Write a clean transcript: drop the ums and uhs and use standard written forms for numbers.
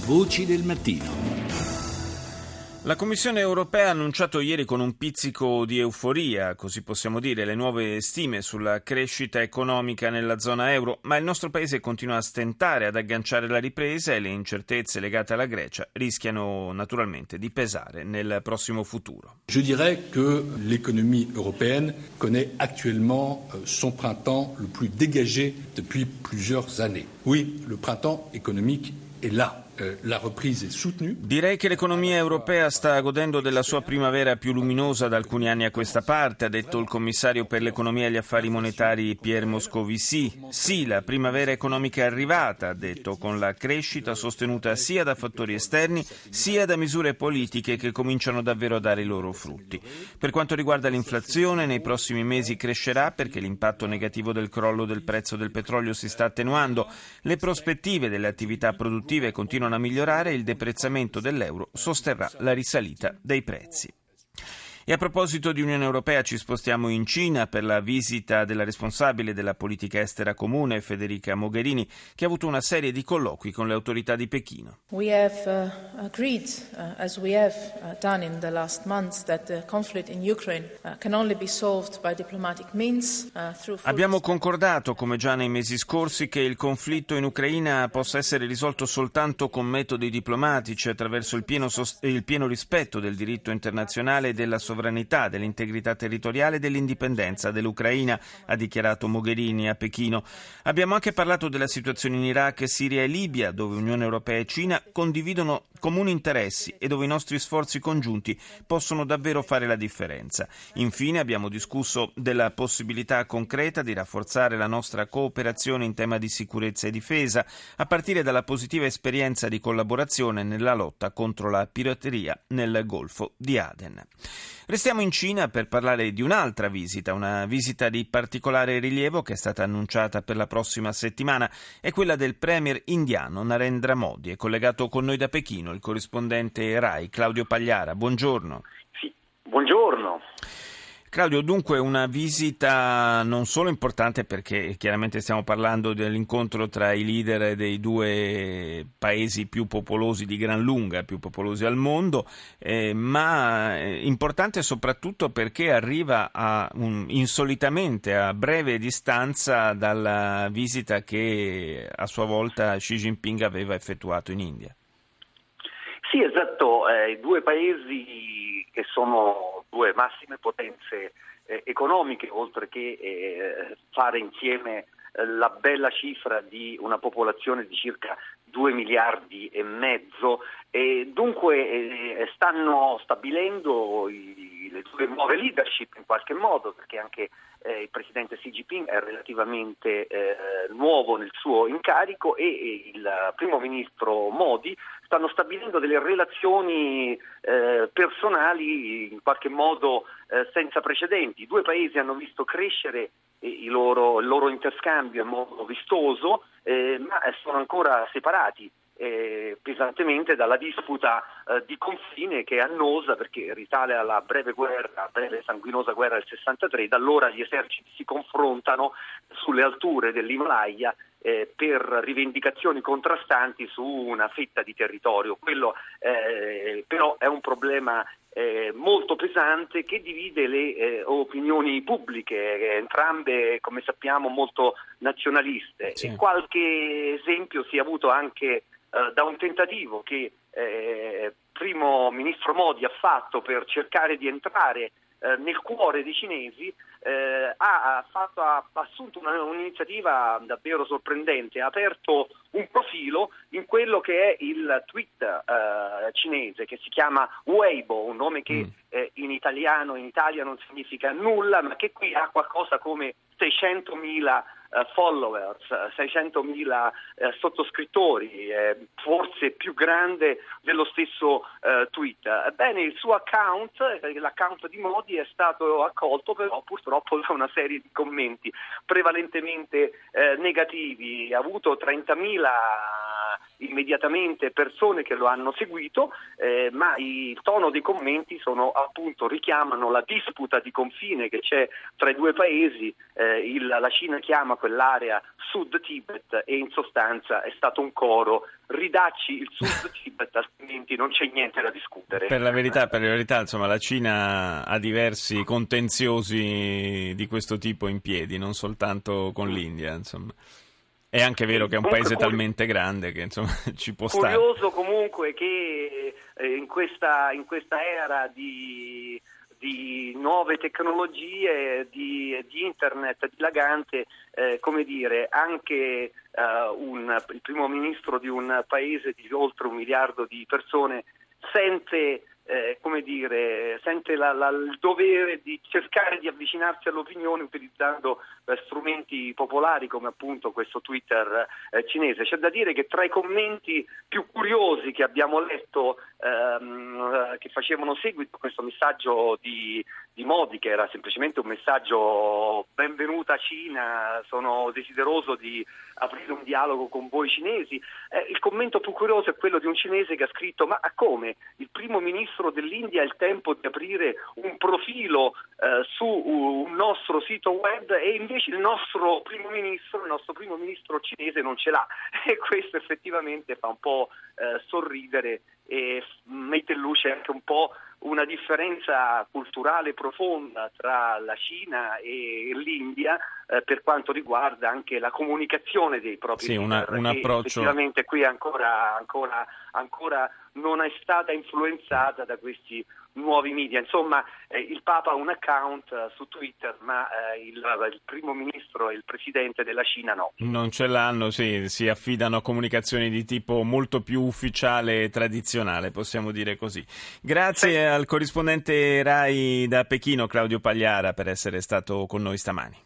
Voci del mattino. La Commissione europea ha annunciato ieri con un pizzico di euforia, così possiamo dire, le nuove stime sulla crescita economica nella zona euro, ma il nostro paese continua a stentare ad agganciare la ripresa e le incertezze legate alla Grecia rischiano naturalmente di pesare nel prossimo futuro. Je dirais que l'économie européenne connaît actuellement son printemps le plus dégagé depuis plusieurs années. Oui, le printemps économique est là. La reprise est soutenue. Direi che l'economia europea sta godendo della sua primavera più luminosa da alcuni anni a questa parte, ha detto il commissario per l'economia e gli affari monetari Pierre Moscovici. Sì, la primavera economica è arrivata, ha detto, con la crescita sostenuta sia da fattori esterni sia da misure politiche che cominciano davvero a dare i loro frutti. Per quanto riguarda l'inflazione, nei prossimi mesi crescerà perché l'impatto negativo del crollo del prezzo del petrolio si sta attenuando, le prospettive delle attività produttive continuano a migliorare e il deprezzamento dell'euro sosterrà la risalita dei prezzi. E a proposito di Unione Europea ci spostiamo in Cina per la visita della responsabile della politica estera comune Federica Mogherini, che ha avuto una serie di colloqui con le autorità di Pechino. We have agreed, as we have done in the last months, that the conflict in Ukraine can only be solved by diplomatic means through. Abbiamo concordato, come già nei mesi scorsi, che il conflitto in Ucraina possa essere risolto soltanto con metodi diplomatici attraverso il pieno rispetto del diritto internazionale e della sovranità, dell'integrità territoriale e dell'indipendenza dell'Ucraina, ha dichiarato Mogherini a Pechino. Abbiamo anche parlato della situazione in Iraq, Siria e Libia, dove Unione Europea e Cina condividono comuni interessi e dove i nostri sforzi congiunti possono davvero fare la differenza. Infine abbiamo discusso della possibilità concreta di rafforzare la nostra cooperazione in tema di sicurezza e difesa, a partire dalla positiva esperienza di collaborazione nella lotta contro la pirateria nel Golfo di Aden. Restiamo in Cina per parlare di un'altra visita, una visita di particolare rilievo che è stata annunciata per la prossima settimana, è quella del premier indiano Narendra Modi. È collegato con noi da Pechino il corrispondente RAI Claudio Pagliara. Buongiorno. Sì, buongiorno. Claudio, dunque una visita non solo importante perché chiaramente stiamo parlando dell'incontro tra i leader dei due paesi più popolosi di gran lunga, più popolosi al mondo, ma importante soprattutto perché arriva insolitamente a breve distanza dalla visita che a sua volta Xi Jinping aveva effettuato in India. Sì, esatto, i due paesi che sono due massime potenze economiche, oltre che fare insieme la bella cifra di una popolazione di circa 2 miliardi e mezzo, e dunque stanno stabilendo le due nuove leadership in qualche modo, perché anche il presidente Xi Jinping è relativamente nuovo nel suo incarico e il primo ministro Modi stanno stabilendo delle relazioni personali in qualche modo senza precedenti. I due paesi hanno visto crescere il loro interscambio in modo vistoso, ma sono ancora separati pesantemente dalla disputa di confine che è annosa, perché risale alla breve e sanguinosa guerra del 63. Da allora gli eserciti si confrontano sulle alture dell'Himalaya per rivendicazioni contrastanti su una fetta di territorio. Quello però è un problema molto pesante che divide le opinioni pubbliche, entrambe, come sappiamo, molto nazionaliste. Sì. E qualche esempio si è avuto anche da un tentativo che primo ministro Modi ha fatto per cercare di entrare nel cuore dei cinesi. Ha assunto un'iniziativa davvero sorprendente, ha aperto un profilo in quello che è il Twitter cinese, che si chiama Weibo, un nome che in Italia non significa nulla, ma che qui ha qualcosa come 600.000 followers, 600.000 sottoscrittori, forse più grande dello stesso Twitter. Ebbene, il suo account, l'account di Modi, è stato accolto però purtroppo da una serie di commenti prevalentemente negativi. Ha avuto 30.000 immediatamente persone che lo hanno seguito, ma il tono dei commenti richiamano la disputa di confine che c'è tra i due paesi. La Cina chiama quell'area Sud Tibet e in sostanza è stato un coro ridacci il Sud Tibet, altrimenti non c'è niente da discutere. Per la verità, insomma, la Cina ha diversi contenziosi di questo tipo in piedi, non soltanto con l'India, insomma. È anche vero che è un paese talmente grande che insomma ci può stare. Curioso comunque che in questa era di nuove tecnologie, di internet dilagante, come dire, anche il primo ministro di un paese di oltre 1 miliardo di persone sente il dovere di cercare di avvicinarsi all'opinione utilizzando strumenti popolari come appunto questo Twitter cinese. C'è da dire che tra i commenti più curiosi che abbiamo letto che facevano seguito a questo messaggio di Modi, che era semplicemente un messaggio: benvenuta Cina, sono desideroso di aprire un dialogo con voi cinesi, il commento più curioso è quello di un cinese che ha scritto: ma come? Il primo ministro dell'India ha il tempo di aprire un profilo su un nostro sito web e invece il nostro primo ministro cinese non ce l'ha. E questo effettivamente fa un po' sorridere e mette in luce anche un po' una differenza culturale profonda tra la Cina e l'India per quanto riguarda anche la comunicazione dei propri leader, un approccio. Effettivamente qui ancora non è stata influenzata da questi nuovi media. Insomma, il Papa ha un account su Twitter, ma il primo ministro e il presidente della Cina no. Non ce l'hanno, sì, si affidano a comunicazioni di tipo molto più ufficiale e tradizionale, possiamo dire così. Grazie al corrispondente RAI da Pechino, Claudio Pagliara, per essere stato con noi stamani.